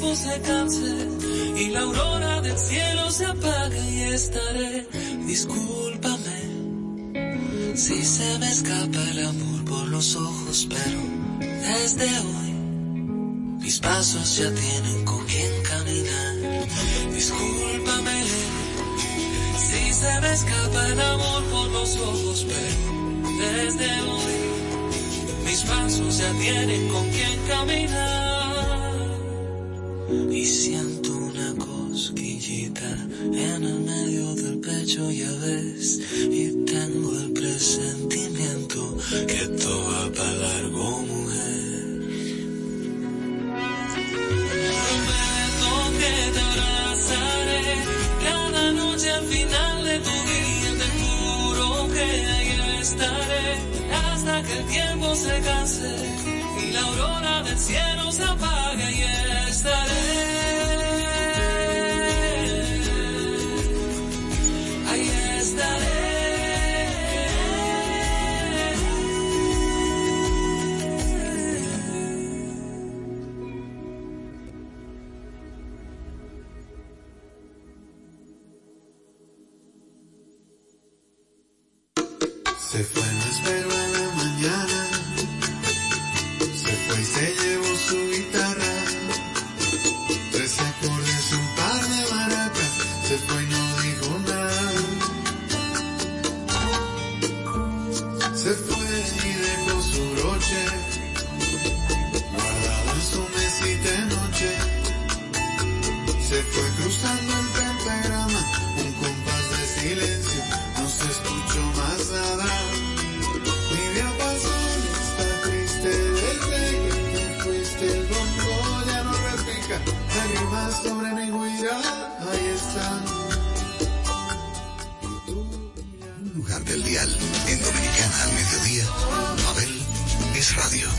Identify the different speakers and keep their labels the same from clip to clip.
Speaker 1: tiempo se canse y la aurora del cielo se apague y estaré. Discúlpame si se me escapa el amor por los ojos, pero desde hoy mis pasos ya tienen con quién caminar. Discúlpame si se me escapa el amor por los ojos, pero desde hoy mis pasos ya tienen con quién caminar. Y siento una cosquillita en el medio del pecho, ya ves, y tengo el presentimiento que esto va para largo, mujer. Prometo que te abrazaré cada noche al final de tu día, te juro que ahí estaré hasta que el tiempo se canse y la aurora del cielo se apague y estaré. Ahí estaré.
Speaker 2: Se fue, no esperó a la mañana. Se fue y se llevó su guitarra. 13 acordes y un par de maracas. Se fue y no dijo nada. Se fue y dejó su broche guardado en su mesita de noche. Se fue cruzando el pentagrama, un compás de silencio. No se escuchó más nada. Mi diapasón está triste desde que te fuiste. El bombo ya no repica. Lágrimas sobre mi guira, ahí están.
Speaker 3: Un lugar del dial, en Dominicana al mediodía, Mabel es radio.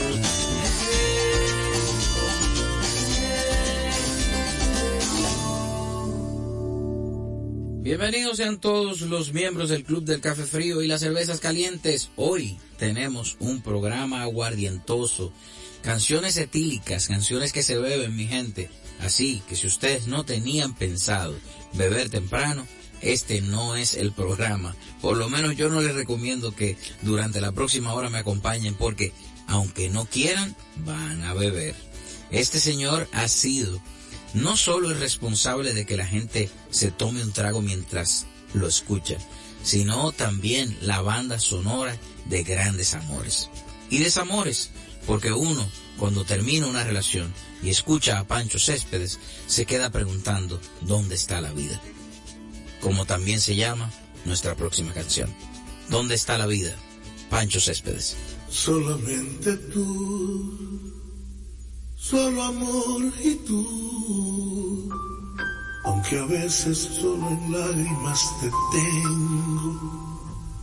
Speaker 4: Bienvenidos sean todos los miembros del Club del Café Frío y las Cervezas Calientes. Hoy tenemos un programa aguardientoso, canciones etílicas, canciones que se beben, mi gente. Así que si ustedes no tenían pensado beber temprano, este no es el programa. Por lo menos yo no les recomiendo que durante la próxima hora me acompañen, porque aunque no quieran, van a beber. Este señor ha sido no solo el responsable de que la gente se tome un trago mientras lo escucha, sino también la banda sonora de grandes amores y desamores, porque uno, cuando termina una relación y escucha a Pancho Céspedes, se queda preguntando ¿dónde está la vida? Como también se llama nuestra próxima canción. ¿Dónde está la vida? Pancho Céspedes.
Speaker 2: Solamente tú, solo amor y tú, aunque a veces solo en lágrimas te tengo.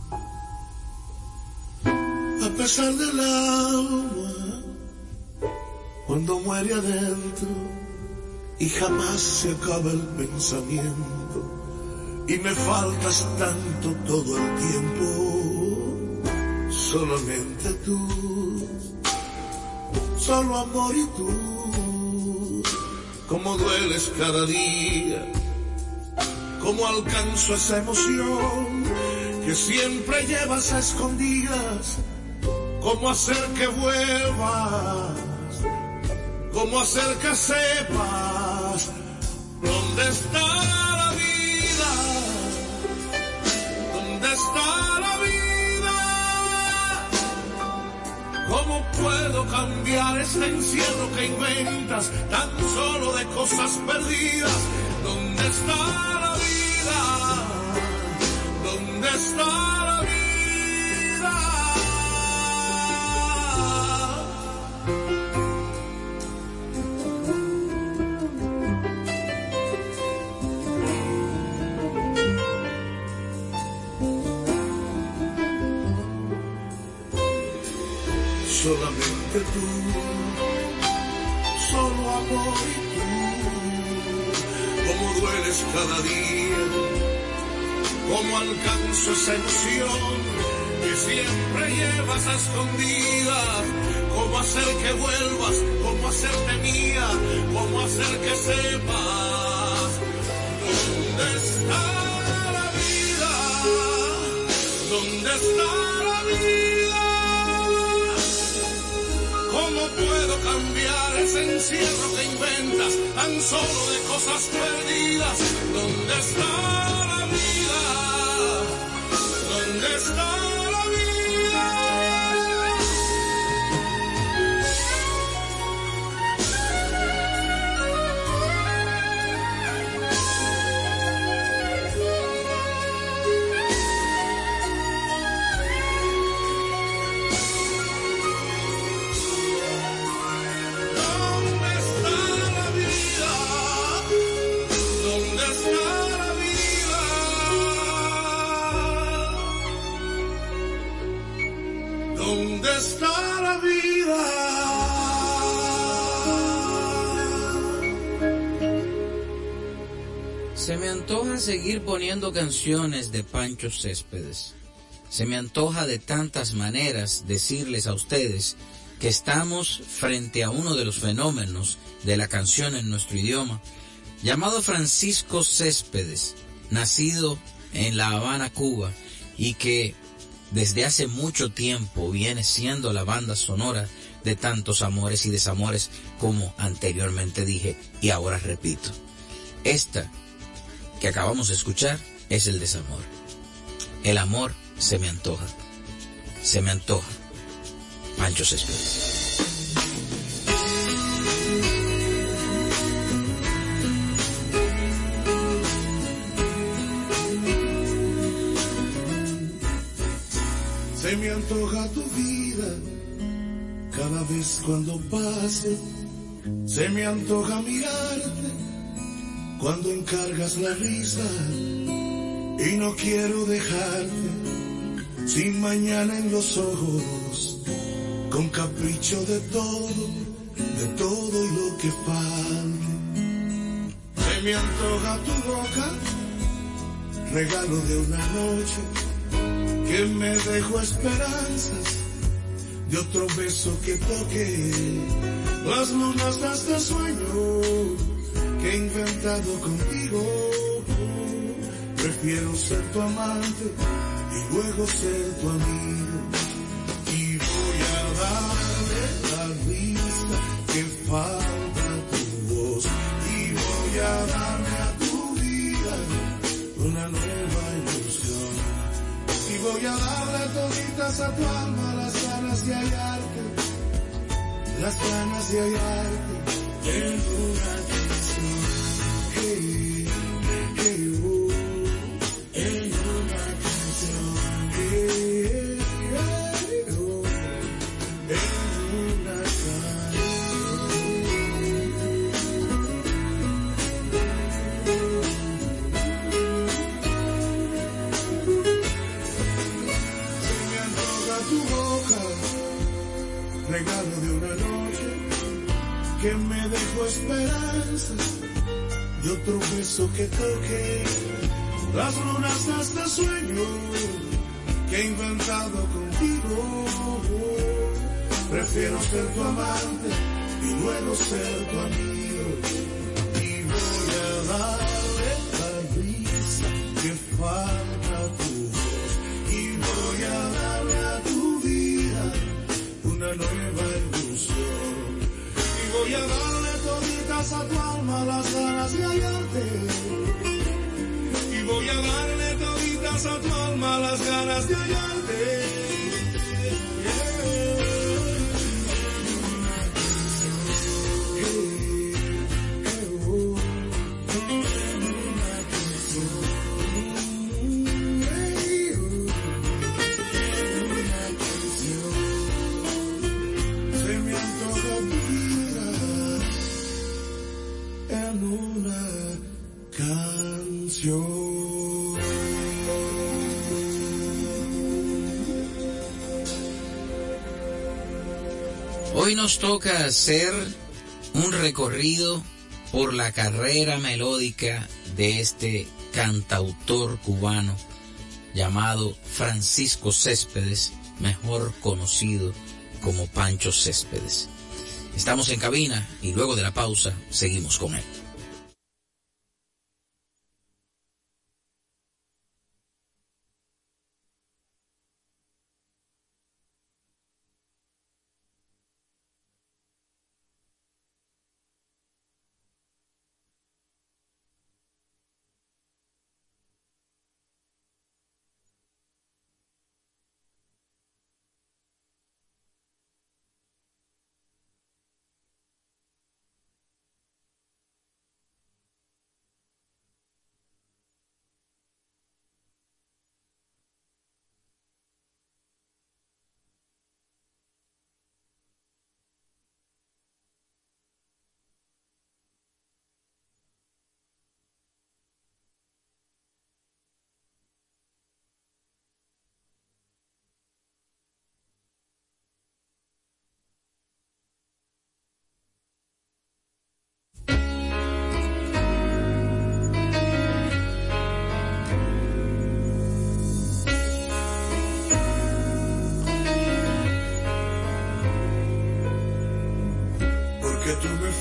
Speaker 2: A pesar del alma, cuando muere adentro y jamás se acaba el pensamiento, y me faltas tanto todo el tiempo. Solamente tú, solo amor y tú, como dueles cada día, como alcanzo esa emoción que siempre llevas a escondidas, cómo hacer que vuelvas, cómo hacer que sepas dónde está la vida, dónde está la vida. ¿Cómo puedo cambiar este encierro que inventas tan solo de cosas perdidas? ¿Dónde está la vida? ¿Dónde está la vida? Solamente tú, solo amor y tú, cómo dueles cada día, cómo alcanzo esa emoción que siempre llevas a escondidas, cómo hacer que vuelvas, cómo hacerte mía, cómo hacer
Speaker 5: encierro que inventas, tan solo de cosas perdidas. ¿Dónde está la vida? ¿Dónde está la vida? ¿Dónde está la vida?
Speaker 4: Se me antoja seguir poniendo canciones de Pancho Céspedes. Se me antoja de tantas maneras decirles a ustedes que estamos frente a uno de los fenómenos de la canción en nuestro idioma, llamado Francisco Céspedes, nacido en La Habana, Cuba, y que desde hace mucho tiempo viene siendo la banda sonora de tantos amores y desamores, como anteriormente dije y ahora repito. Esta que acabamos de escuchar es el desamor. El amor se me antoja. Se me antoja. Pancho Céspedes.
Speaker 5: Se me antoja tu vida cada vez cuando pase. Se me antoja mirarte cuando encargas la risa. Y no quiero dejarte sin mañana en los ojos, con capricho de todo y lo que falte. Se me antoja tu boca, regalo de una noche que me dejó esperanzas de otro beso que toque las lunas de este sueño que he inventado contigo. Prefiero ser tu amante y luego ser tu amigo. Y voy a darle la vista que falta a tu voz. Y voy a darle a tu vida una nueva ilusión. Y voy a darle toditas a tu alma las ganas de hallarte. Las ganas de hallarte en una canción. Hey, hey, oh. En una canción, en una Se me antoja tu boca, regalo de una noche que me dejó esperanzas de otro beso que toque las lunas de este sueño que he inventado contigo. Prefiero ser tu amante y luego ser tu amigo. Y voy a darle la risa que falta a tu voz. Y voy a darle a tu vida una nueva ilusión. Y voy a darle toditas a tu alma las ganas de hallarte. Y voy a darle toditas a tu alma las ganas de hallarte. Se me antoja tu vida en una canción.
Speaker 4: Hoy nos toca hacer un recorrido por la carrera melódica de este cantautor cubano llamado Francisco Céspedes, mejor conocido como Pancho Céspedes. Estamos en cabina y luego de la pausa seguimos con él.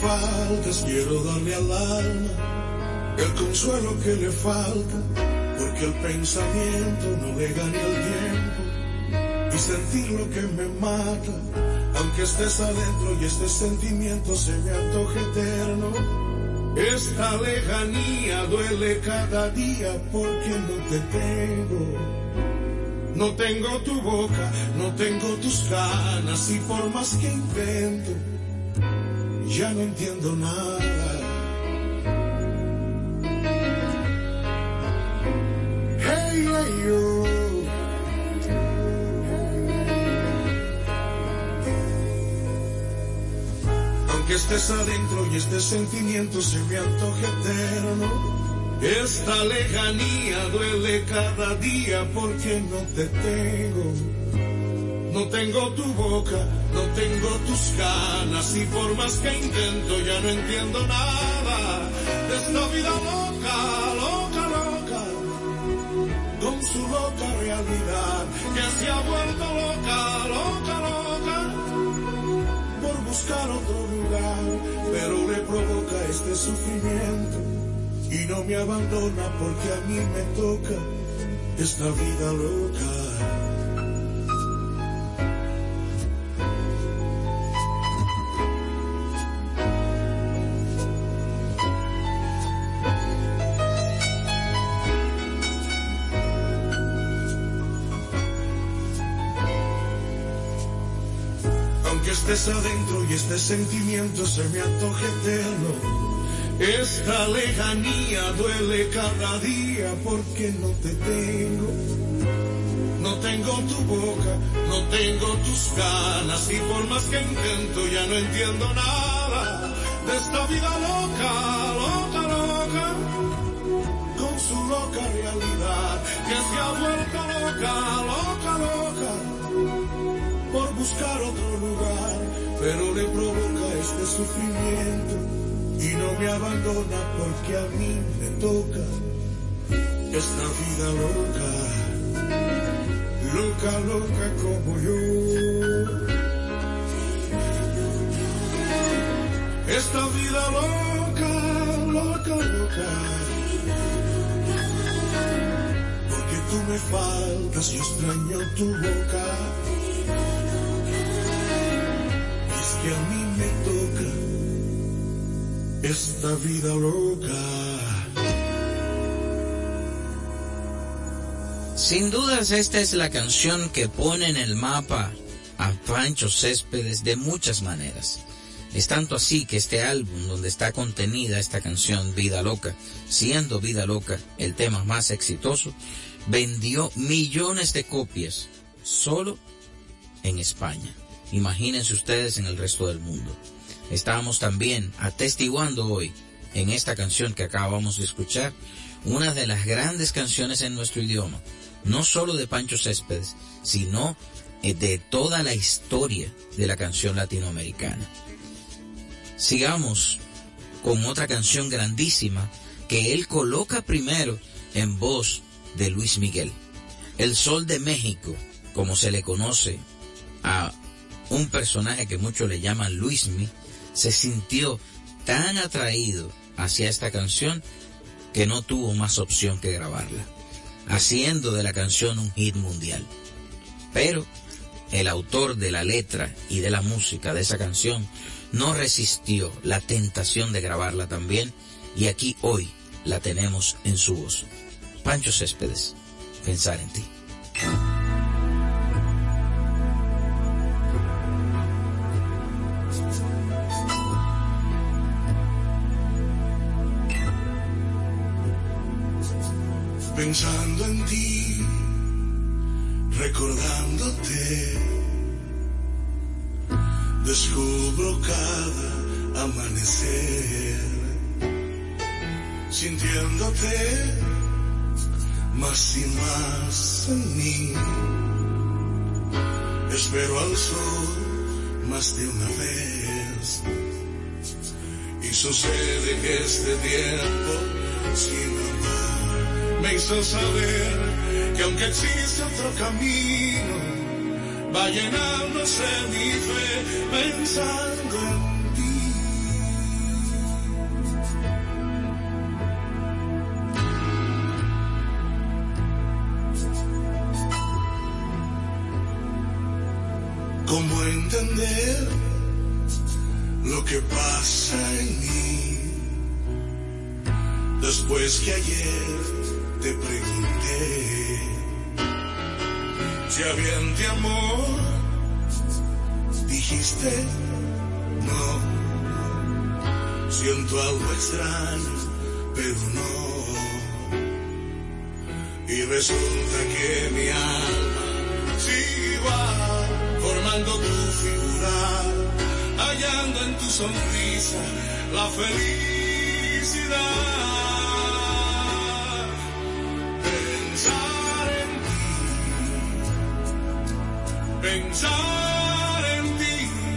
Speaker 5: faltas, quiero darle al alma el consuelo que le falta, porque el pensamiento no le gane el tiempo y sentir lo que me mata, aunque estés adentro y este sentimiento se me antoje eterno. Esta lejanía duele cada día porque no te tengo. No tengo tu boca, no tengo tus ganas y por más que intento, ya no entiendo nada. Hey, hey, yo. Aunque estés adentro y este sentimiento se me antoje eterno, esta lejanía duele cada día porque no te tengo. No tengo tu boca, no tengo tus ganas y por más que intento ya no entiendo nada de esta vida loca, loca, loca, con su loca realidad que se ha vuelto loca, loca, loca, por buscar otro lugar, pero le provoca este sufrimiento y no me abandona porque a mí me toca esta vida loca. Aunque estés adentro y este sentimiento se me antoje eterno, esta lejanía duele cada día porque no te tengo. No tengo tu boca, no tengo tus ganas y por más que intento ya no entiendo nada de esta vida loca, loca, loca, con su loca realidad que se ha vuelto loca, loca, loca, por buscar otro lugar, pero le provoca este sufrimiento y no me abandona porque a mí me toca esta vida loca, loca, loca como yo. Esta vida loca, loca, loca, porque tú me faltas, yo extraño tu boca, y es que a mí me toca esta vida loca.
Speaker 4: Sin dudas esta es la canción que pone en el mapa a Pancho Céspedes de muchas maneras. Es tanto así que este álbum donde está contenida esta canción Vida Loca, siendo Vida Loca el tema más exitoso, vendió millones de copias solo en España. Imagínense ustedes en el resto del mundo. Estábamos también atestiguando hoy en esta canción que acabamos de escuchar una de las grandes canciones en nuestro idioma, no solo de Pancho Céspedes, sino de toda la historia de la canción latinoamericana. Sigamos con otra canción grandísima que él coloca primero en voz de Luis Miguel. El Sol de México, como se le conoce a un personaje que muchos le llaman Luismi, se sintió tan atraído hacia esta canción que no tuvo más opción que grabarla, haciendo de la canción un hit mundial. Pero el autor de la letra y de la música de esa canción no resistió la tentación de grabarla también, y aquí hoy la tenemos en su voz. Pancho Céspedes, Pensar en ti.
Speaker 5: Pensando en ti, recordándote, descubro cada amanecer, sintiéndote más y más en mí. Espero al sol más de una vez, y sucede que este tiempo sin amar me hizo saber que aunque existe otro camino, va llenándose mi fe pensando en ti. entender lo que pasa en mí. Después que ayer te pregunté si había en ti amor, dijiste no. Siento algo extraño, pero no. Y resulta que mi alma sigue igual, formando tu figura, hallando en tu sonrisa la felicidad. Pensar en ti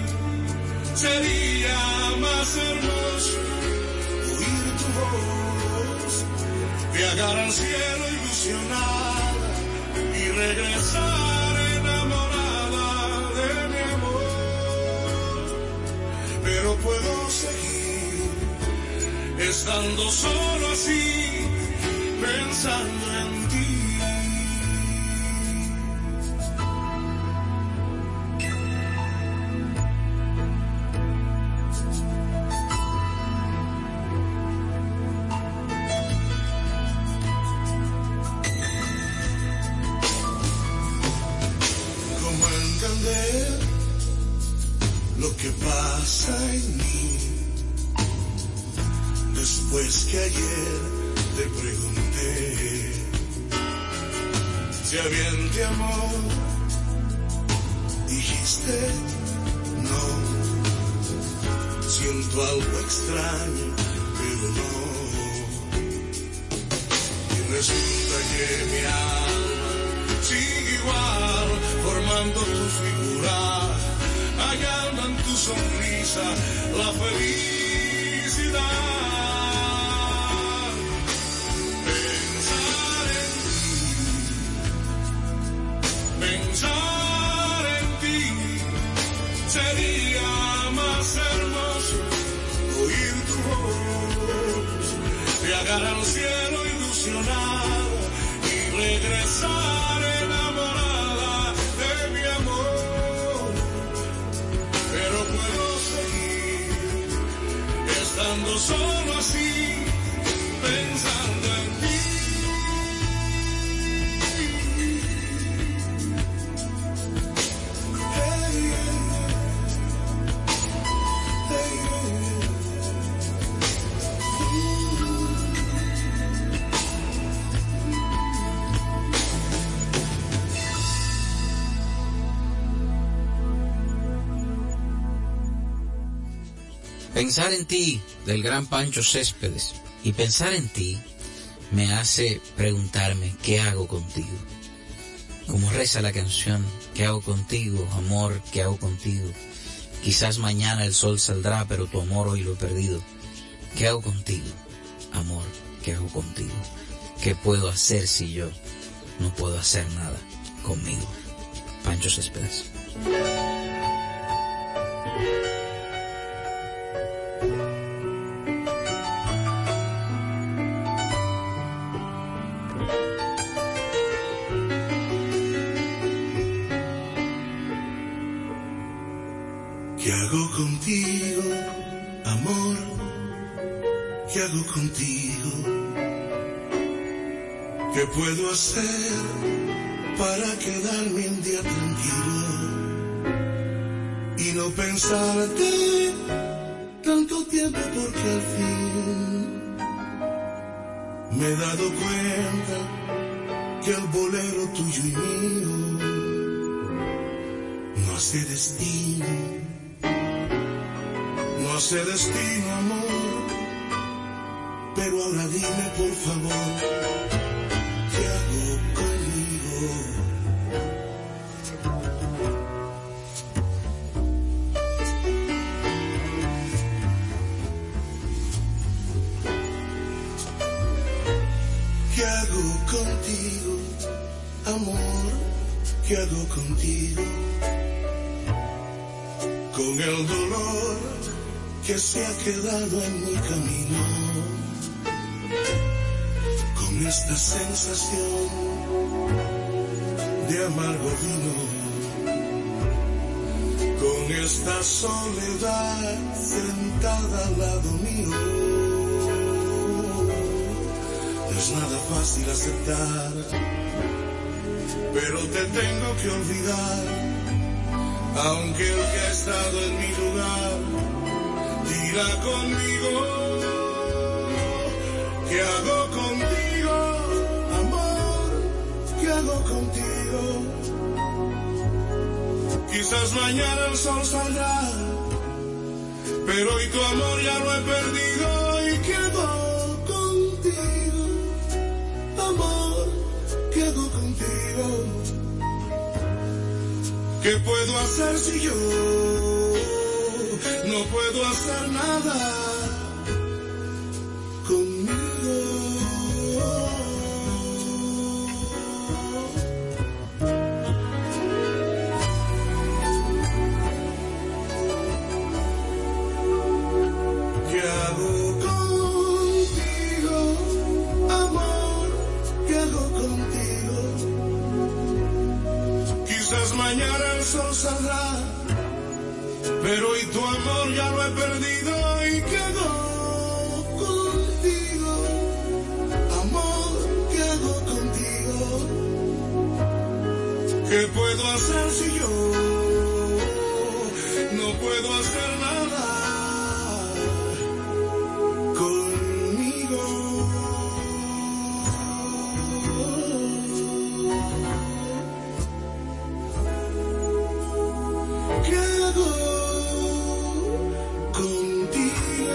Speaker 5: sería más hermoso, oír tu voz, viajar al cielo ilusionada y regresar enamorada de mi amor. Pero puedo seguir estando solo así, pensando en ti. Lo que pasa en mí, después que ayer te pregunté si había en ti amor, dijiste no. Siento algo extraño, pero no. Y resulta que mi alma sigue igual, formando tu figura, hallando en tu sonrisa la felicidad. Pensar en ti sería más hermoso, oír tu voz, viajar al cielo ilusionada y regresar enamorada de mi amor. Pero puedo seguir estando solo así, pensando en ti.
Speaker 4: Pensar en ti, del gran Pancho Céspedes. Y pensar en ti me hace preguntarme, ¿qué hago contigo? Como reza la canción, ¿qué hago contigo, amor? ¿Qué hago contigo? Quizás mañana el sol saldrá, pero tu amor hoy lo he perdido. ¿Qué hago contigo, amor? ¿Qué hago contigo? ¿Qué puedo hacer si yo no puedo hacer nada conmigo? Pancho Céspedes.
Speaker 5: ¿Qué hago contigo, amor? ¿Qué hago contigo? ¿Qué puedo hacer para quedarme un día tranquilo y no pensarte tanto tiempo? Porque al fin me he dado cuenta que el bolero tuyo y mío no hace destino. No hace destino, amor, pero ahora dime por favor, ¿qué hago conmigo? ¿Qué hago contigo, amor? ¿Qué hago contigo? Con el dolor que se ha quedado en mi camino, con esta sensación de amargo vino, con con esta soledad sentada al lado mío. No es nada fácil aceptar, pero te tengo que olvidar, aunque el que ha estado en mi lugar dirá conmigo, ¿qué hago contigo, amor? ¿Qué hago contigo? Quizás mañana el sol saldrá, pero hoy tu amor ya lo he perdido. ¿Y qué hago contigo, amor? ¿Qué hago contigo? ¿Qué puedo hacer si yo no puedo hacer nada conmigo? ¿Qué hago contigo, amor? ¿Qué hago contigo? Quizás mañana el sol saldrá, pero hoy tu amor ya lo he perdido. ¿Y qué hago contigo, amor? ¿Qué hago contigo? ¿Qué puedo hacer si yo no puedo hacer nada conmigo? ¿Qué hago contigo?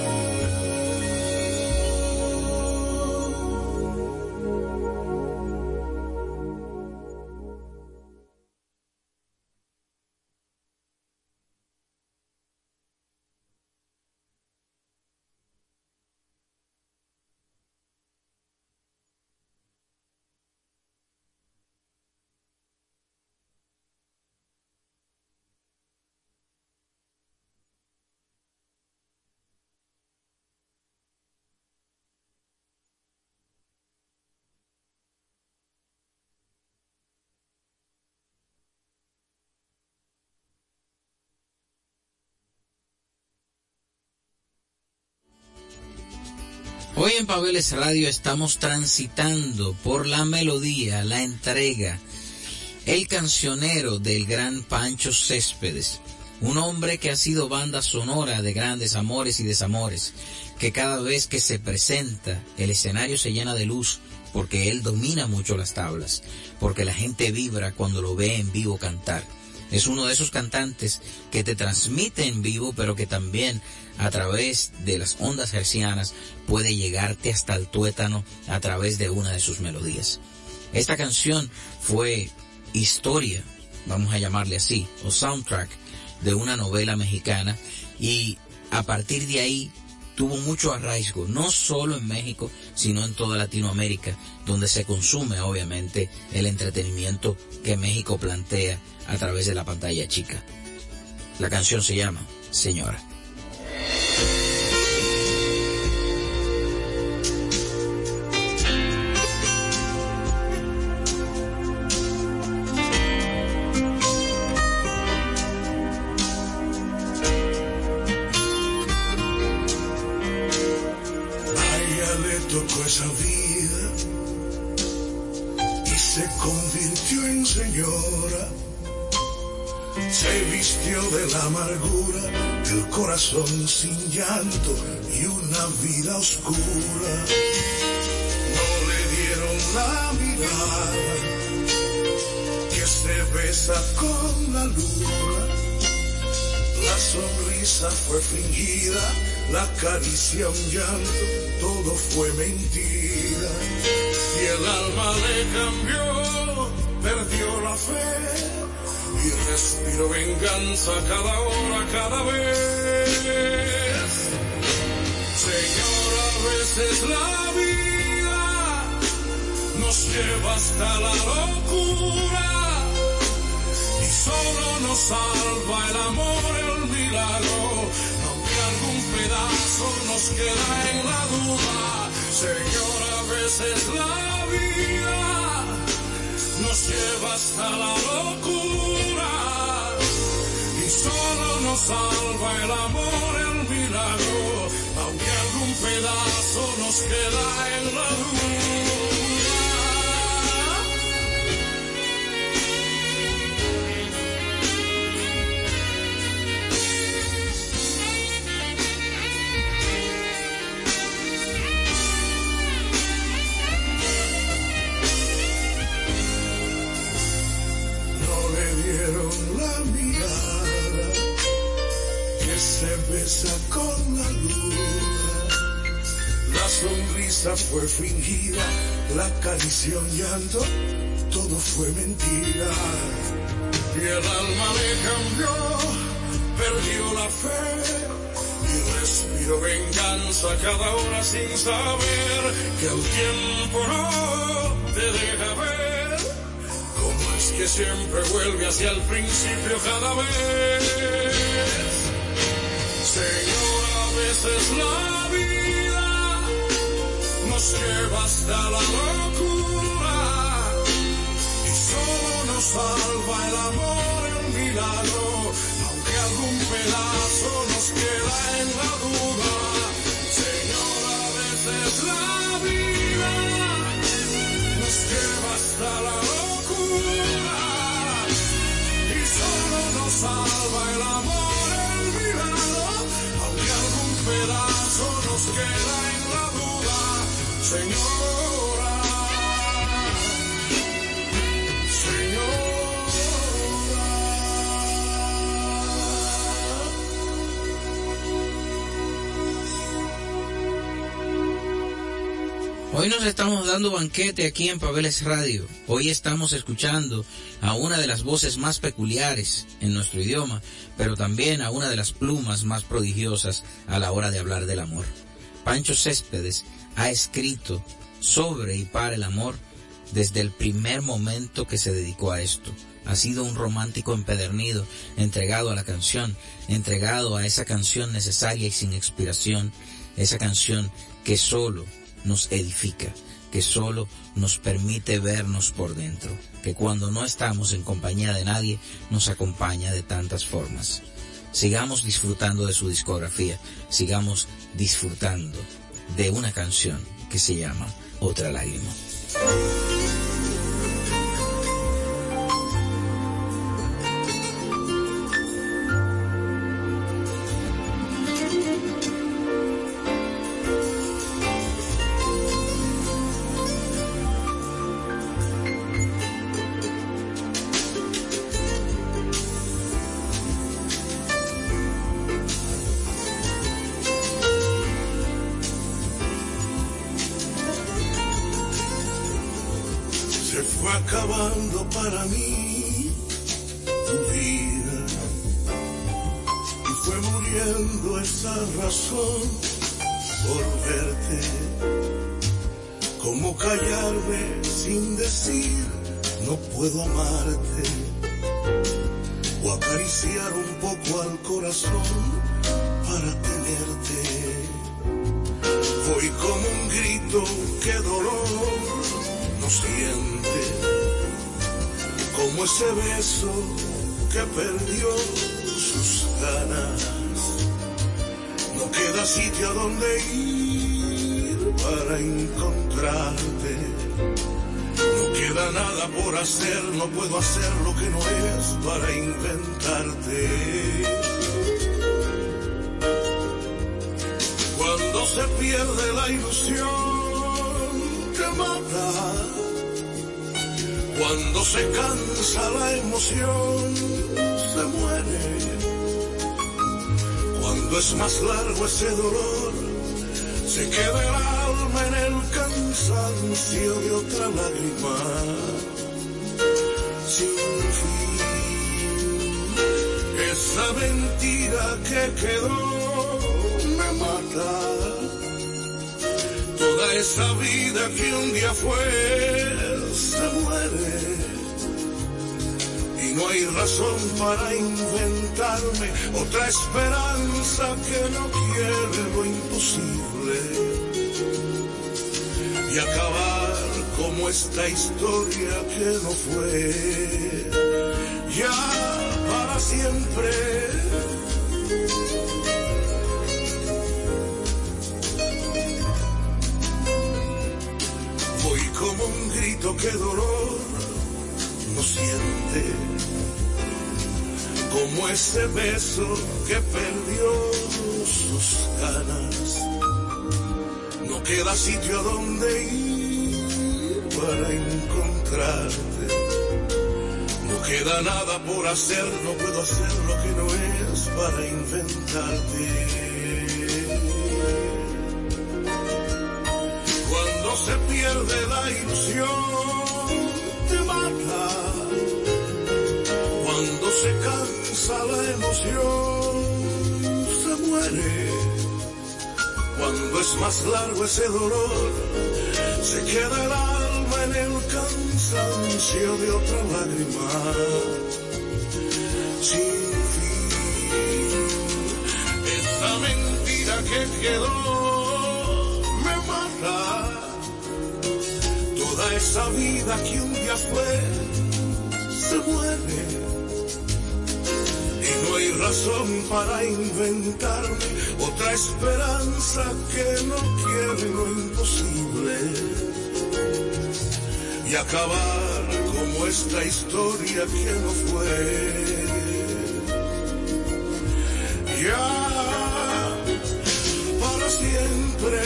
Speaker 4: Hoy en Pabeles Radio estamos transitando por la melodía, la entrega, el cancionero del gran Pancho Céspedes, un hombre que ha sido banda sonora de grandes amores y desamores, que cada vez que se presenta el escenario se llena de luz, porque él domina mucho las tablas, porque la gente vibra cuando lo ve en vivo cantar. Es uno de esos cantantes que te transmite en vivo, pero que también a través de las ondas hercianas puede llegarte hasta el tuétano a través de una de sus melodías. Esta canción fue historia, vamos a llamarle así, o soundtrack de una novela mexicana, y a partir de ahí tuvo mucho arraigo, no solo en México, sino en toda Latinoamérica, donde se consume obviamente el entretenimiento que México plantea a través de la pantalla chica. La canción se llama Señora.
Speaker 5: Esa vida y se convirtió en señora, se vistió de la amargura del corazón sin llanto y una vida oscura. No le dieron la mirada que se besa con la luna, la sonrisa fue fingida, la caricia un llanto, todo fue mentira. Y el alma le cambió, perdió la fe y respiró venganza cada hora, cada vez. Señora, a veces la vida nos lleva hasta la locura y solo nos salva el amor, el milagro. Algún pedazo nos queda en la duda, Señor, a veces la vida nos lleva hasta la locura y solo nos salva el amor, el milagro, aunque algún pedazo nos queda en la duda. Se besa con la luna, la sonrisa fue fingida, la caricia un llanto, todo fue mentira. Y el alma le cambió, perdió la fe y respiró venganza cada hora sin saber que el tiempo no te deja ver cómo es que siempre vuelve hacia el principio cada vez. Señor, a veces la vida nos lleva hasta la locura y solo nos salva el amor, el milagro, aunque algún pedazo nos queda en la duda. Señor, a veces la vida nos lleva hasta la locura y solo nos salva el amor, pedazo nos queda en la duda, señora,
Speaker 4: Hoy nos estamos dando banquete aquí en Pabeles Radio. Hoy estamos escuchando a una de las voces más peculiares en nuestro idioma, pero también a una de las plumas más prodigiosas a la hora de hablar del amor. Pancho Céspedes ha escrito sobre y para el amor desde el primer momento que se dedicó a esto. Ha sido un romántico empedernido, entregado a la canción, entregado a esa canción necesaria y sin expiración, esa canción que solo nos edifica, que solo nos permite vernos por dentro, que cuando no estamos en compañía de nadie nos acompaña de tantas formas. Sigamos disfrutando de su discografía, sigamos disfrutando de una canción que se llama Otra Lágrima.
Speaker 5: Acabando para mí tu vida y fue muriendo esa razón por verte. ¿Cómo callarme sin decir no puedo amarte? O acariciar un poco al corazón para tenerte. Fue como un grito que dolor no siente, como ese beso que perdió sus ganas. No queda sitio a donde ir para encontrarte. No queda nada por hacer, no puedo hacer lo que no es para inventarte. Cuando se pierde la ilusión que mata, cuando se cansa la emoción, se muere. Cuando es más largo ese dolor, se queda el alma en el cansancio de otra lágrima sin fin. Esa mentira que quedó me mata. Toda esa vida que un día fue se muere. Y no hay razón para inventarme otra esperanza que no quiere lo imposible. Y acabar como esta historia que no fue. Ya para siempre Voy como un grito que dolor no siente, como ese beso que perdió sus ganas. No queda sitio a donde ir para encontrarte. No queda nada por hacer, no puedo hacer lo que no es para inventarte. Cuando se pierde la ilusión, te mata. Cuando se cansa la emoción, se muere. Cuando es más largo ese dolor, se queda el alma en el cansancio de otra lágrima sin fin. Esa mentira que quedó me mata. Toda esa vida que un día fue, se muere. Y no hay razón para inventarme otra esperanza que no quiere lo imposible y acabar como esta historia que no fue. Ya para siempre.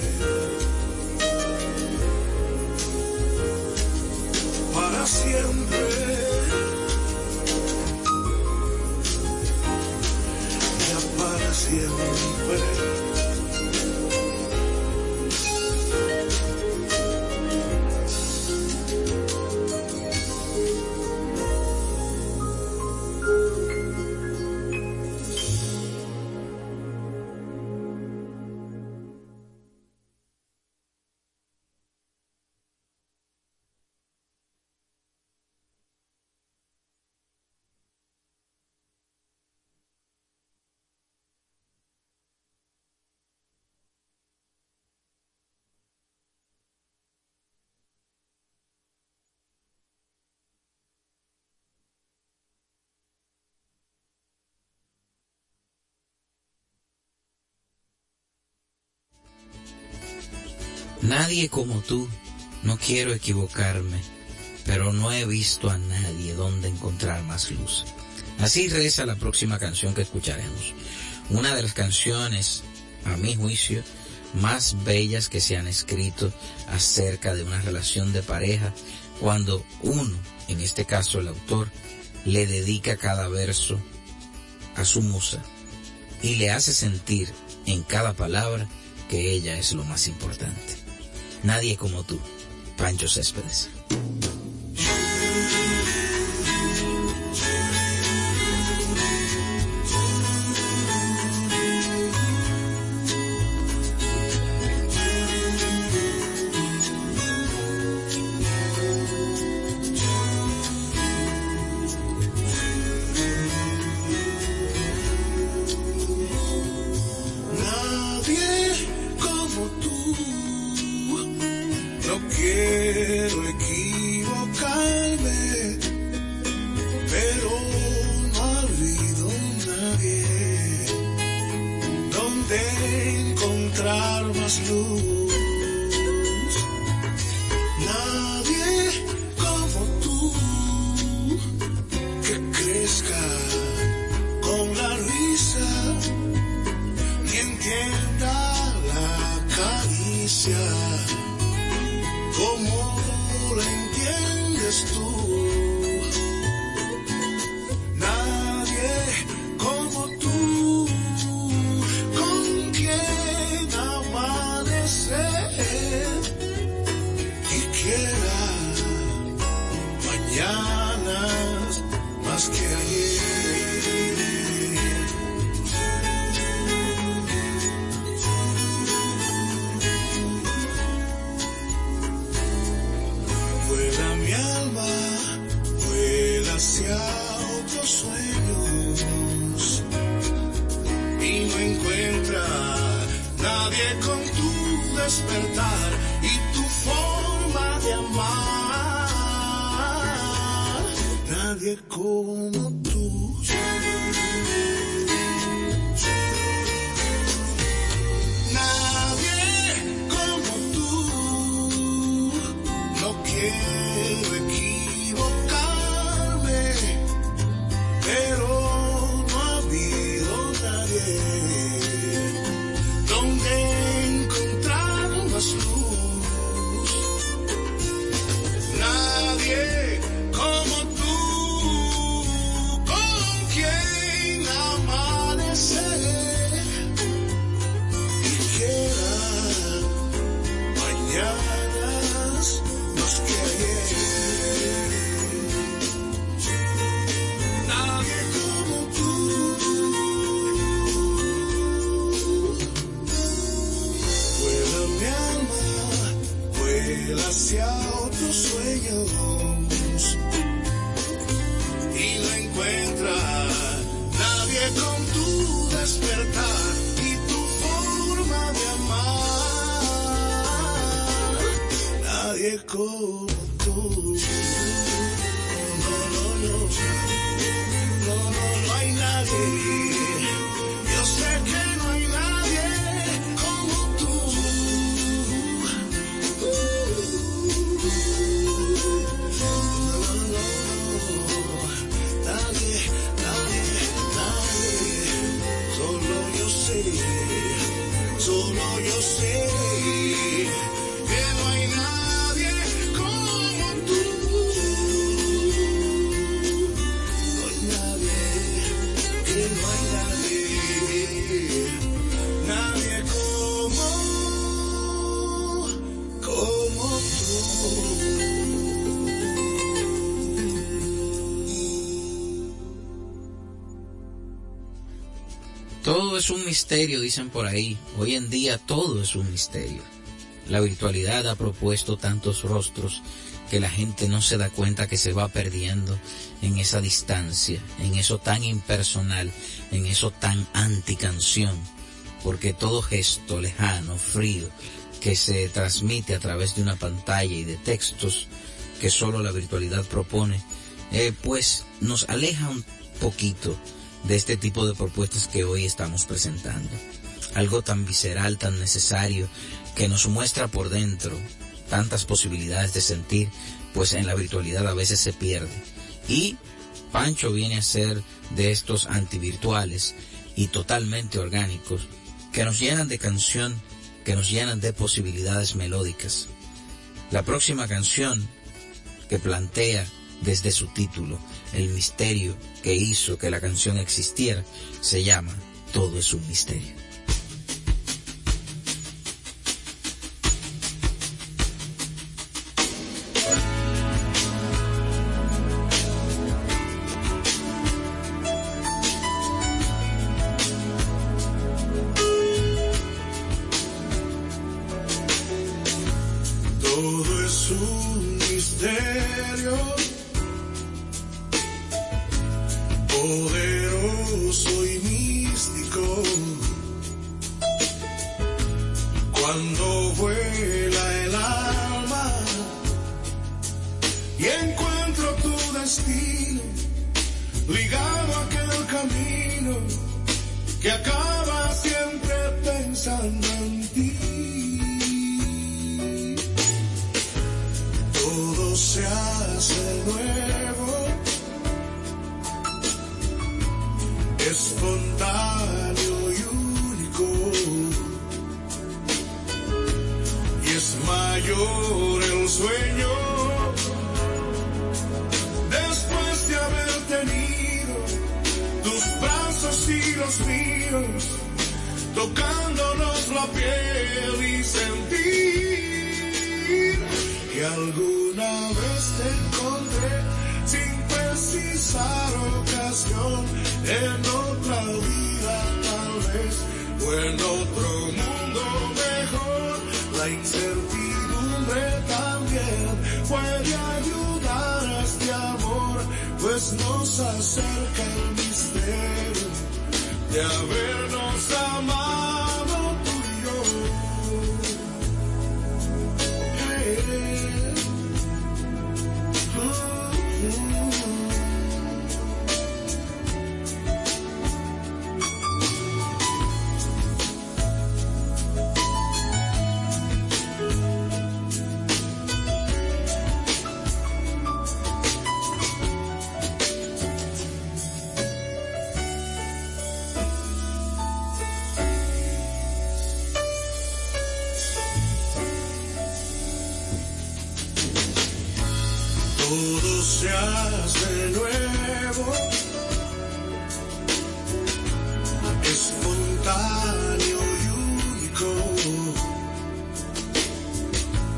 Speaker 5: Para siempre. Siempre.
Speaker 4: Nadie como tú, no quiero equivocarme, pero no he visto a nadie donde encontrar más luz. Así reza la próxima canción que escucharemos. Una de las canciones, a mi juicio, más bellas que se han escrito acerca de una relación de pareja, cuando uno, en este caso el autor, le dedica cada verso a su musa y le hace sentir en cada palabra que ella es lo más importante. Nadie como tú, Pancho Céspedes.
Speaker 5: Como tú. mañanas más que ayer. Nadie como tú. Vuela mi alma, vuela hacia otros sueños y no encuentra nadie con tu despertar y tu forma de amar. Nadie como tú. No, no, no, no, no, no hay nadie. Yo sé que no hay nadie como tú. No, no, no, nadie, nadie, nadie. Solo yo sé que no hay nadie como tú. No hay nadie, que no hay nadie, nadie como tú.
Speaker 4: Todo es un misterio, dicen por ahí. Hoy en día todo es un misterio. La virtualidad ha propuesto tantos rostros que la gente no se da cuenta que se va perdiendo en esa distancia, en eso tan impersonal, en eso tan anticanción, porque todo gesto lejano, frío, que se transmite a través de una pantalla y de textos que solo la virtualidad propone, pues nos aleja un poquito de este tipo de propuestas que hoy estamos presentando. Algo tan visceral, tan necesario, que nos muestra por dentro tantas posibilidades de sentir, pues en la virtualidad a veces se pierde. Y Pancho viene a ser de estos antivirtuales y totalmente orgánicos, que nos llenan de canción, que nos llenan de posibilidades melódicas. La próxima canción que plantea desde su título el misterio que hizo que la canción existiera se llama Todo es un misterio.
Speaker 5: Todo es un misterio, poderoso y místico. Cuando vuela el alma y encuentro tu destino, ligado a aquel camino que acaba siempre pensando en ti. Todo se hace nuevo, espontáneo y único, y es mayor el sueño después de haber tenido tus brazos y los míos, tocándonos la piel y sentir que alguna vez te encontré sin precisar ocasión, en otra vida tal vez, o en otro mundo mejor. La incertidumbre también puede ayudar a este amor, pues nos acerca el misterio de habernos amado tú y yo. Todo se hace nuevo, espontáneo y único,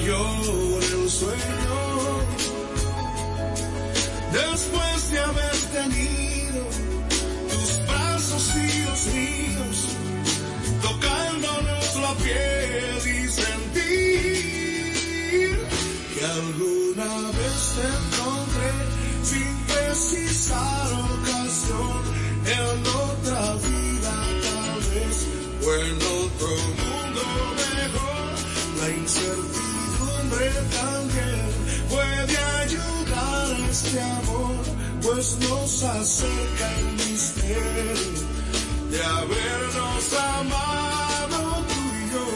Speaker 5: llore el sueño. Después de haber tenido tus brazos y los míos, tocándonos la piel y sentir que alguna vez te encontré sin precisar ocasión, en otra vida tal vez, o en otro mundo mejor. La incertidumbre también puede ayudar a este amor, pues nos acerca el misterio de habernos amado tú y yo.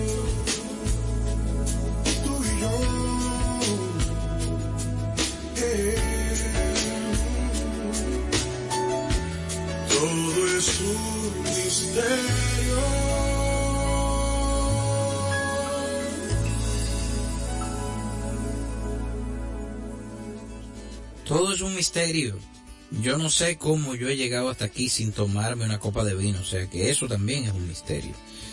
Speaker 5: Todo es un misterio.
Speaker 4: Todo es un misterio. Yo no sé cómo yo he llegado hasta aquí sin tomarme una copa de vino, o sea que eso también es un misterio.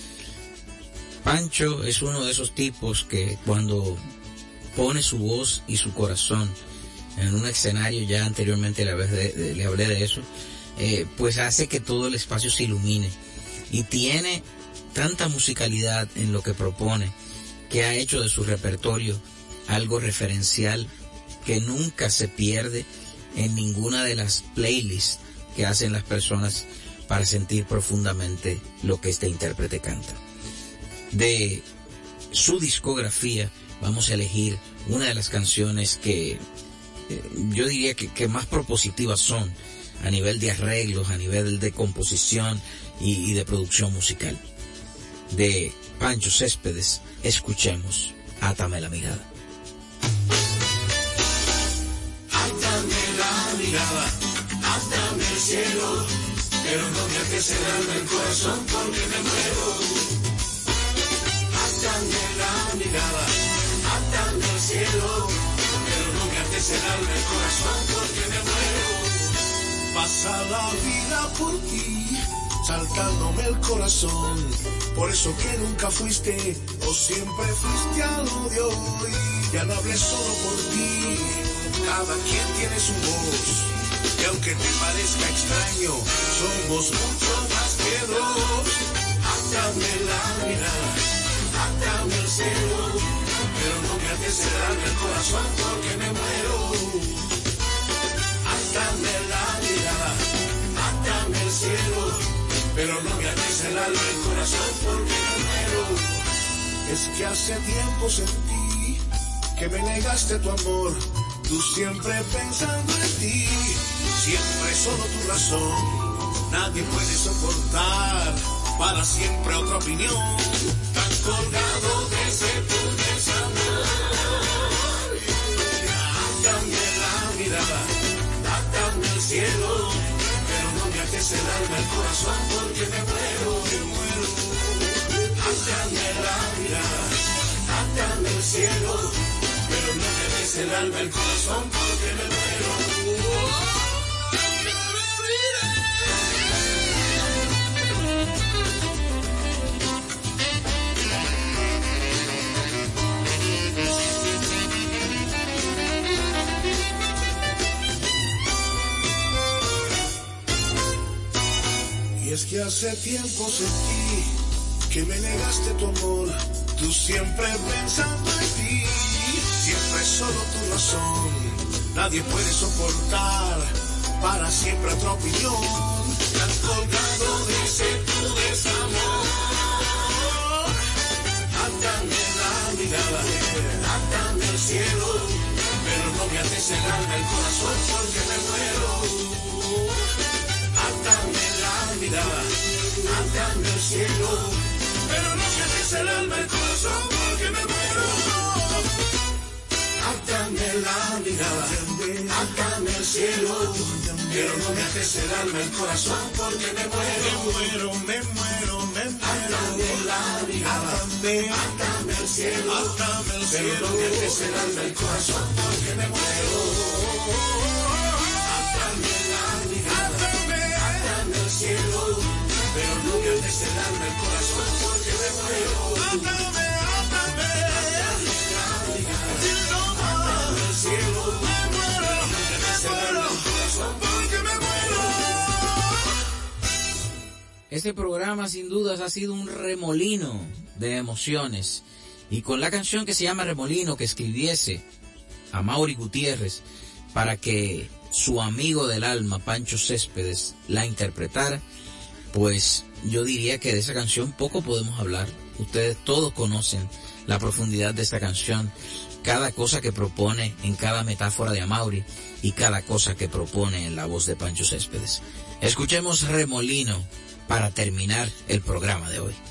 Speaker 4: Pancho es uno de esos tipos que cuando pone su voz y su corazón en un escenario, ya anteriormente le hablé de eso, pues hace que todo el espacio se ilumine, y tiene tanta musicalidad en lo que propone que ha hecho de su repertorio algo referencial que nunca se pierde en ninguna de las playlists que hacen las personas para sentir profundamente lo que este intérprete canta. De su discografía vamos a elegir una de las canciones que yo diría que más propositivas son a nivel de arreglos, a nivel de composición y de producción musical. De Pancho Céspedes, escuchemos Átame la mirada.
Speaker 5: Átame la mirada, átame el cielo, pero no me ates el alma, el corazón, porque me muero. Átame la mirada, átame el cielo, pero no me ates el alma, el corazón, porque me muero. Pasa la vida por ti, saltándome el corazón, por eso que nunca fuiste, o siempre fuiste algo de hoy. Ya no hablé solo por ti, cada quien tiene su voz, y aunque te parezca extraño, somos mucho más que dos. Átame la mirada, átame el cielo, pero no me ates el alma, el corazón, porque me muero. Átame la mirada, átame el cielo, pero no me ates el alma, el corazón, porque me muero. Es que hace tiempo sentí que me negaste tu amor, tú siempre pensando en ti, siempre solo tu razón, nadie puede soportar para siempre otra opinión, tan colgado desde tu desamor. Átame la mirada, átame el cielo, pero no me ates el alma, el corazón, porque me muero, me muero. Átame la mirada, átame el cielo, pero no me des el alma, el corazón, porque me muero. Y es que hace tiempo sentí que me negaste tu amor, tú siempre pensando en ti, siempre solo tu razón, nadie puede soportar para siempre otra opinión, tan colgado dice tu desamor. Átame la mirada, átame el cielo, pero no me ates el alma, el corazón, porque me muero. Átame la mirada, átame el cielo, pero no me ates el alma, el corazón, porque me muero. Átame la mirada, átame el cielo, pero no me ates el alma, el corazón, porque me muero. Me muero. Átame la mirada, átame el cielo, pero no me ates el alma, el corazón, porque me muero. Átame la mirada, átame el cielo, pero no me ates el alma, el corazón, porque me muero. Átame la
Speaker 4: este programa sin dudas ha sido un remolino de emociones. Y con la canción que se llama Remolino, que escribiese Amaury Gutiérrez para que su amigo del alma, Pancho Céspedes, la interpretara, pues yo diría que de esa canción poco podemos hablar. Ustedes todos conocen la profundidad de esta canción, cada cosa que propone en cada metáfora de Amaury y cada cosa que propone en la voz de Pancho Céspedes. Escuchemos Remolino para terminar el programa de hoy.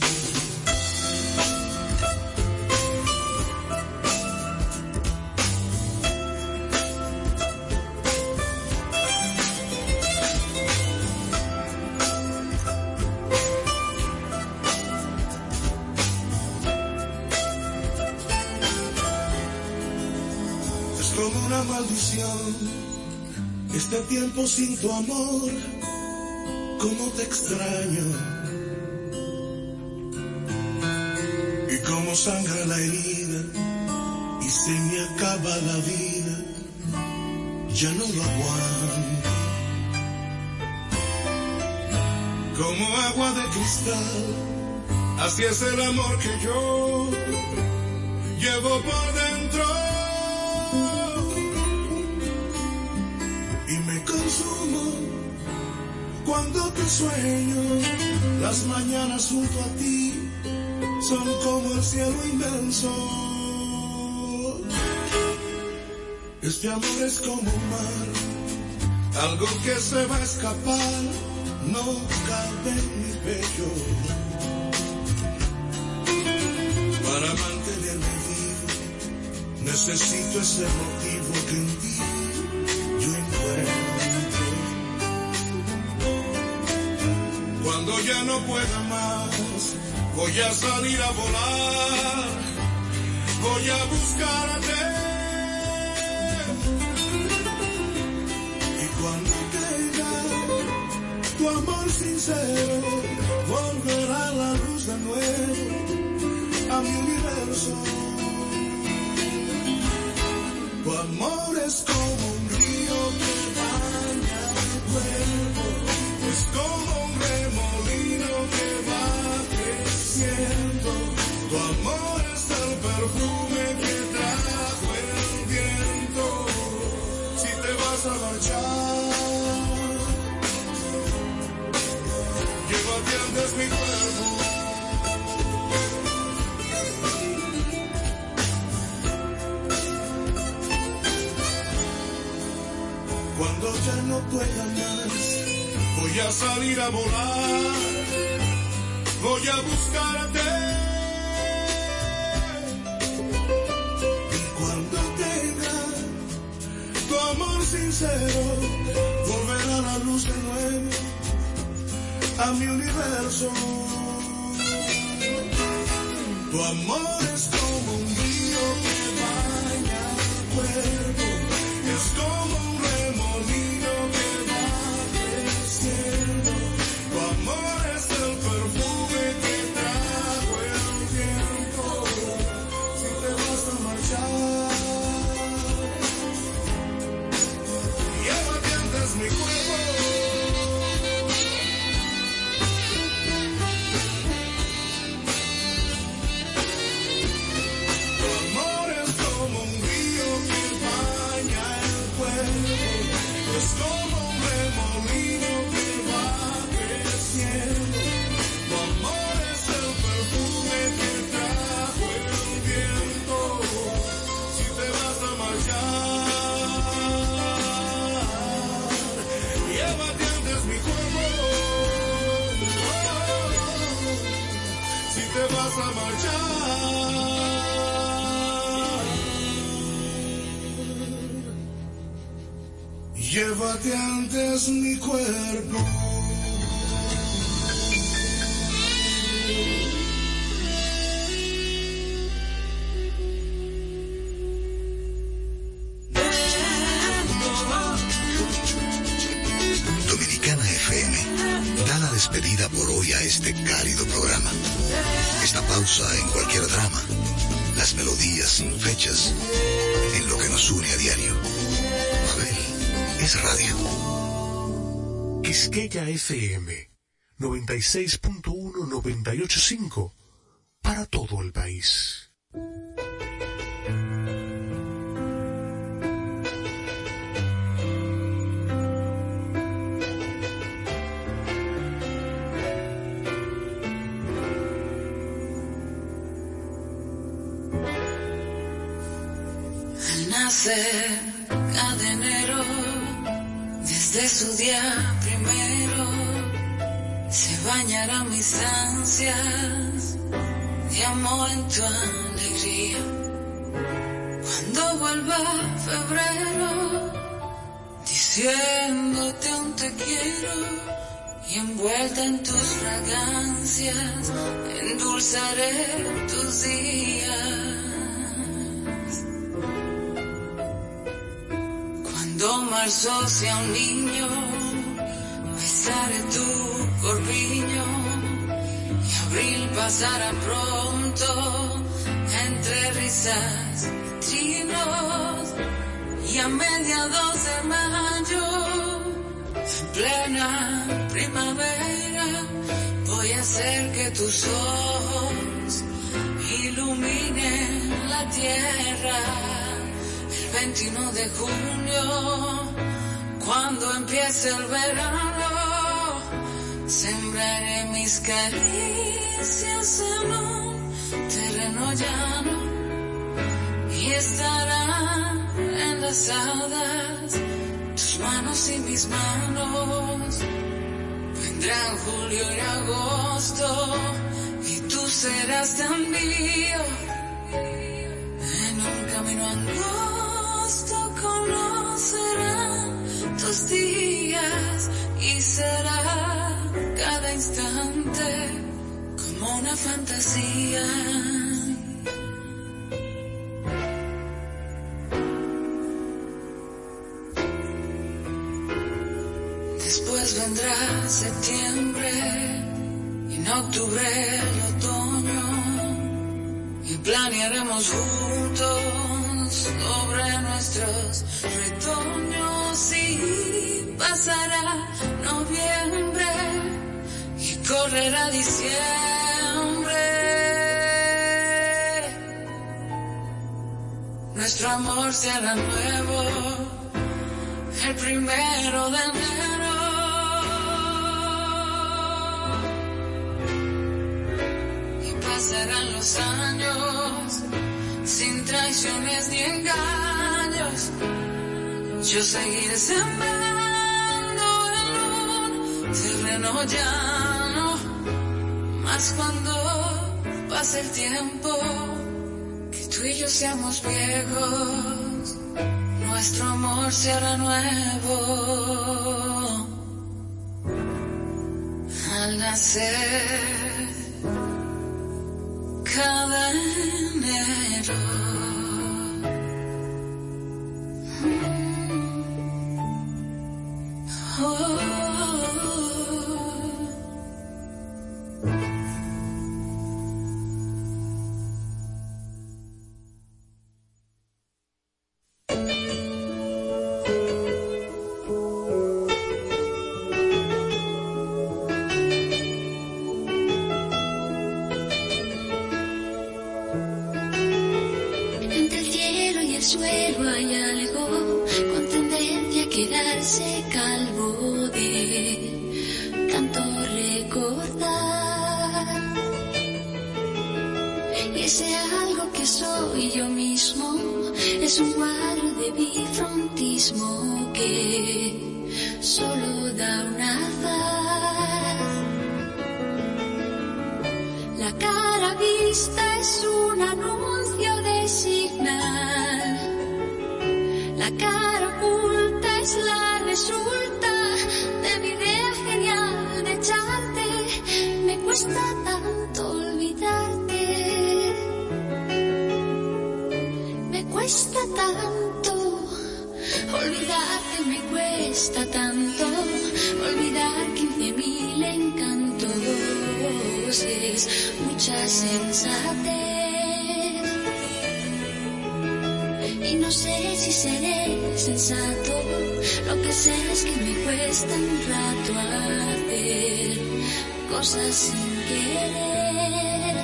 Speaker 5: Este tiempo sin tu amor, cómo te extraño, y cómo sangra la herida y se me acaba la vida, ya no lo aguanto. Como agua de cristal, así es el amor que yo llevo por dentro. Cuando te sueño, las mañanas junto a ti son como el cielo inmenso. Este amor es como un mar, algo que se va a escapar, no cabe en mi pecho. Para mantenerme vivo, necesito ese motivo que en ti yo encuentro. Cuando ya no pueda más, voy a salir a volar, voy a buscarte. Y cuando tenga tu amor sincero, volverá la luz de nuevo a mi universo. Tu amor es como un río que baña mi cuerpo, es como un remolino que va creciendo. Tu amor es el perfume que trajo el viento. Si te vas a marchar, llévate antes mi cuerpo. Cuando ya no pueda más, voy a salir a volar, voy a buscarte. Y cuando tenga tu amor sincero, volverá la luz de nuevo a mi universo. Tu amor es como un río que baña mi cuerpo, es como un remolino que va creciendo. Tu amor es el perfume que trajo el viento. Si te vas a marchar, llévate antes mi cuerpo. Tu amor es como un río que baña el cuerpo, es como un remolino que va creciendo. Tu amor es el perfume que trajo el viento. Si te vas a marchar, llévate antes mi cuerpo. Si te vas a marchar, llévate antes mi cuerpo.
Speaker 3: Dominicana FM da la despedida por hoy a este cálido programa. Esta pausa en cualquier drama, las melodías sin fechas, en lo que nos une a diario. Mabel es radio.
Speaker 6: Quisqueya FM
Speaker 5: 96.1, 98.5 para todo el país.
Speaker 1: Al nacer cada enero, desde su día primero, se bañarán mis ansias de amor en tu alegría. Cuando vuelva febrero, diciéndote un te quiero, y envuelta en tus fragancias, endulzaré tus días. Cuando marzo sea un niño, besaré tu corpiño, y abril pasará pronto, entre risas y trinos, y a mediados de mayo, en plena primavera, voy a hacer que tus ojos iluminen la tierra. El 21 de junio, cuando empiece el verano, sembraré mis caricias en un terreno llano, y estarán enlazadas tus manos y mis manos. Vendrán julio y agosto, y tú serás tan mío. En un camino angosto conocerán tus días, y será cada instante como una fantasía. Después vendrá septiembre, y en octubre el otoño, y planearemos juntos sobre nuestros retoños, y pasará noviembre, y correrá diciembre. Nuestro amor será nuevo el 1 de enero. Pasarán los años sin traiciones ni engaños. Yo seguiré sembrando en un terreno llano. Mas cuando pase el tiempo, que tú y yo seamos viejos, nuestro amor será nuevo. Al nacer cada enero.
Speaker 6: Quedarse calvo de tanto recordar, y ese algo que soy yo mismo es un cuadro de bifrontismo que solo da una faz. La cara vista es un anuncio de Signal, la cara oculta es la resulta de mi idea genial de echarte. Me cuesta tanto olvidarte, me cuesta tanto olvidarte, me cuesta tanto olvidar 15.000 encantos. Es mucha sensatez, y no sé si seré sensato Lo que sé es que me cuesta un rato hacer cosas sin querer.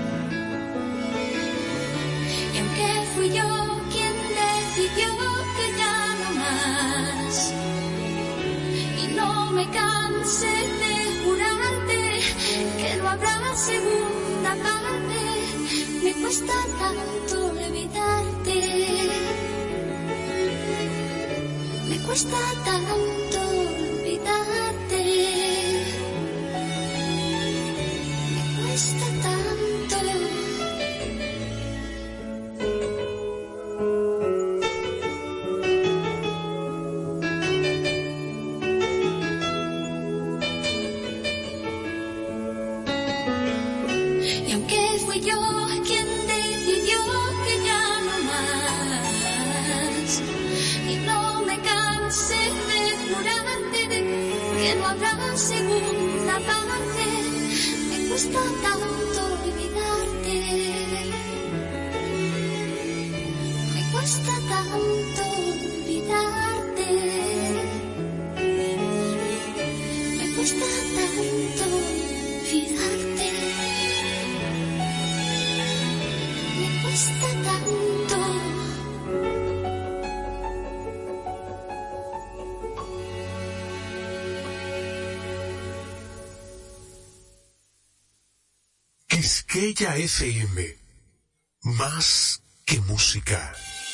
Speaker 6: Y aunque fui yo quien decidió que ya no más, y no me cansé de jurarte que no habrá segunda parte, me cuesta tanto olvidarte. Me cuesta tanto olvidarte. Me cuesta tanto. Y aunque fui yo quien decidió que ya no más, y no me cansé de jurarte que no habrá segunda parte, me cuesta tanto olvidarte. Me cuesta tanto olvidarte. Me cuesta tanto olvidarte. Me cuesta tanto.
Speaker 7: Quisqueya FM, más que música.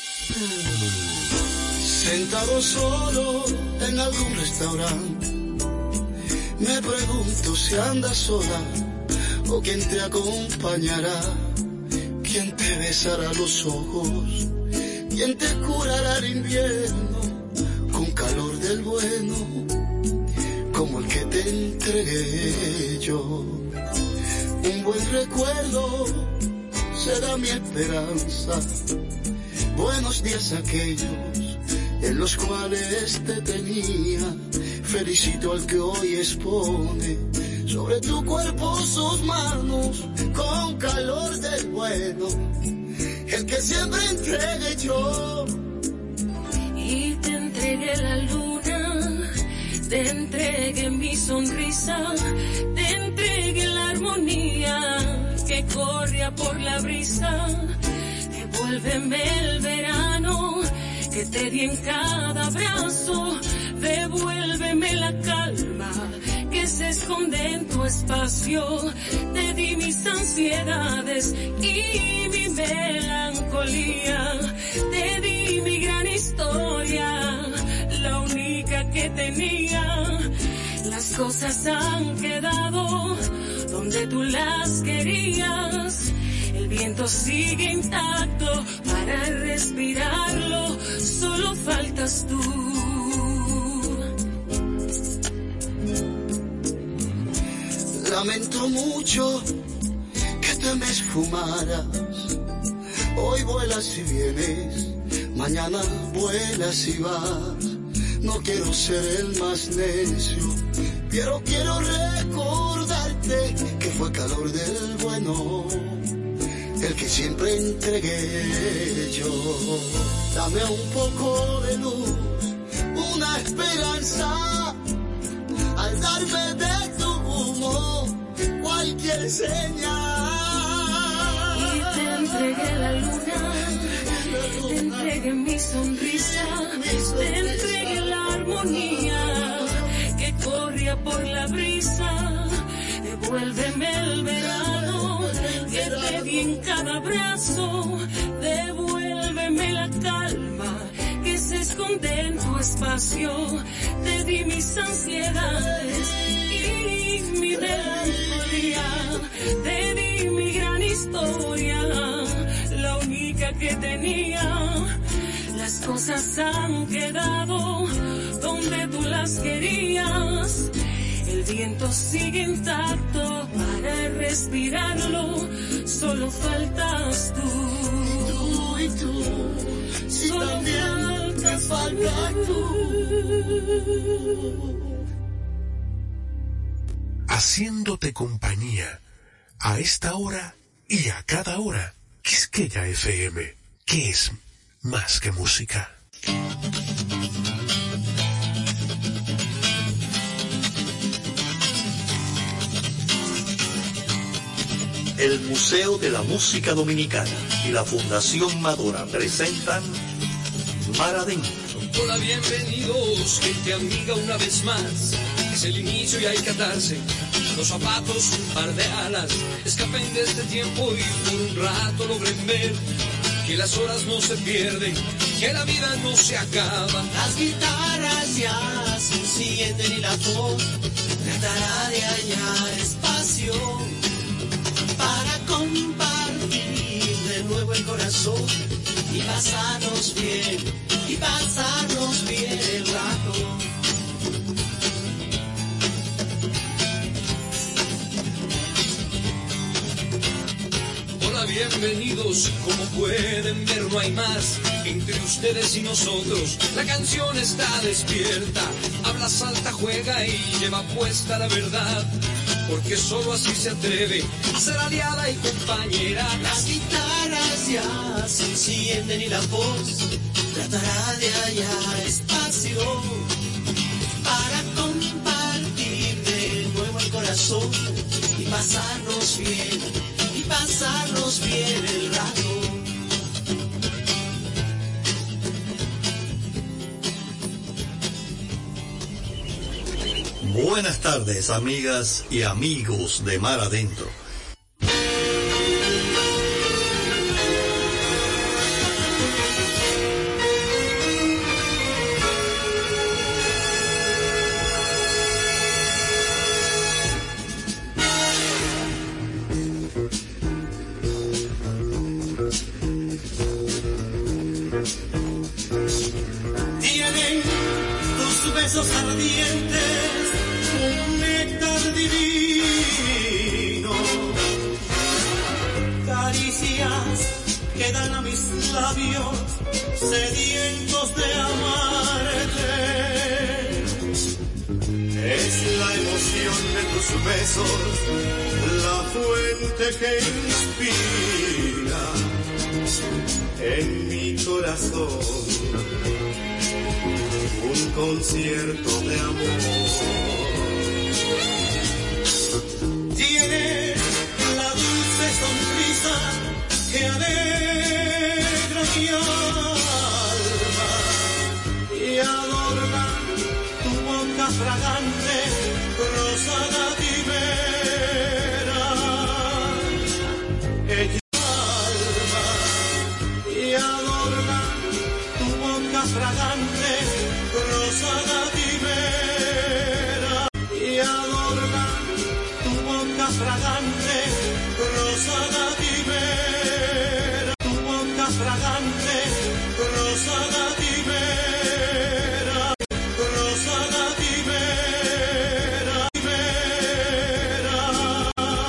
Speaker 5: Sentado solo en algún restaurante, me pregunto si andas sola o quién te acompañará, quién te besará los ojos, quién te curará el invierno con calor del bueno, como el que te entregué yo. Un buen recuerdo será mi esperanza, buenos días aquellos en los cuales te tenía. Felicito al que hoy expone sobre tu cuerpo sus manos con calor del bueno, el que siempre entregué yo.
Speaker 8: Y te entregué la luna, te entregué mi sonrisa, te entregué la armonía que corría por la brisa. Devuélveme el verano que te di en cada abrazo, devuélveme la calma que se esconde en tu espacio. Te di mis ansiedades y mi melancolía, te di mi gran historia, la única que tenía. Las cosas han quedado donde tú las querías. El viento sigue intacto para respirarlo, solo faltas tú.
Speaker 5: Lamento mucho que te me esfumaras. Hoy vuelas y vienes, mañana vuelas y vas. No quiero ser el más necio, pero quiero recordarte que fue calor del bueno, el que siempre entregué yo. Dame un poco de luz, una esperanza, al darme de tu humo cualquier señal.
Speaker 8: Y te entregué la luna, te entregué mi sonrisa, te entregué la armonía que corría por la brisa. Devuélveme el verano que te di en cada abrazo, devuélveme la calma que se esconde en tu espacio. Te di mis ansiedades y mi melancolía, te di mi gran historia, la única que tenía. Las cosas han quedado donde tú las querías. El viento sigue intacto para respirarlo, solo faltas tú.
Speaker 5: Y tú, si
Speaker 8: solo
Speaker 5: también te falta tú.
Speaker 7: Haciéndote compañía a esta hora y a cada hora. Quisqueya FM, que es más que música.
Speaker 9: el Museo de la Música Dominicana y la Fundación Madora presentan Mar Adentro.
Speaker 1: Hola, bienvenidos, gente amiga, una vez más. Es el inicio y hay que atarse los zapatos, un par de alas. Escapen de este tiempo y por un rato logren ver que las horas no se pierden, que la vida no se acaba.
Speaker 10: Las guitarras ya se encienden y la voz tratará de hallar espacio para compartir de nuevo el corazón y pasarnos bien el rato.
Speaker 1: Hola, bienvenidos, como pueden ver no hay más entre ustedes y nosotros. La canción está despierta, habla, salta, juega y lleva puesta la verdad, porque solo así se atreve a ser aliada y compañera.
Speaker 10: Las guitarras ya se encienden y la voz tratará de hallar espacio para compartir de nuevo el corazón y pasarnos bien el rato.
Speaker 9: Buenas tardes, amigas y amigos de Mar Adentro.
Speaker 10: Tienen tus besos ardientes un néctar divino, caricias que dan a mis labios sedientos de amarte. Es la emoción de tus besos, la fuente que inspira en mi corazón un concierto de amor. Tiene la dulce sonrisa que alegra mi alma y adorna tu boca fragante, rosada quimera. Alma y adorna tu boca fragante, rosada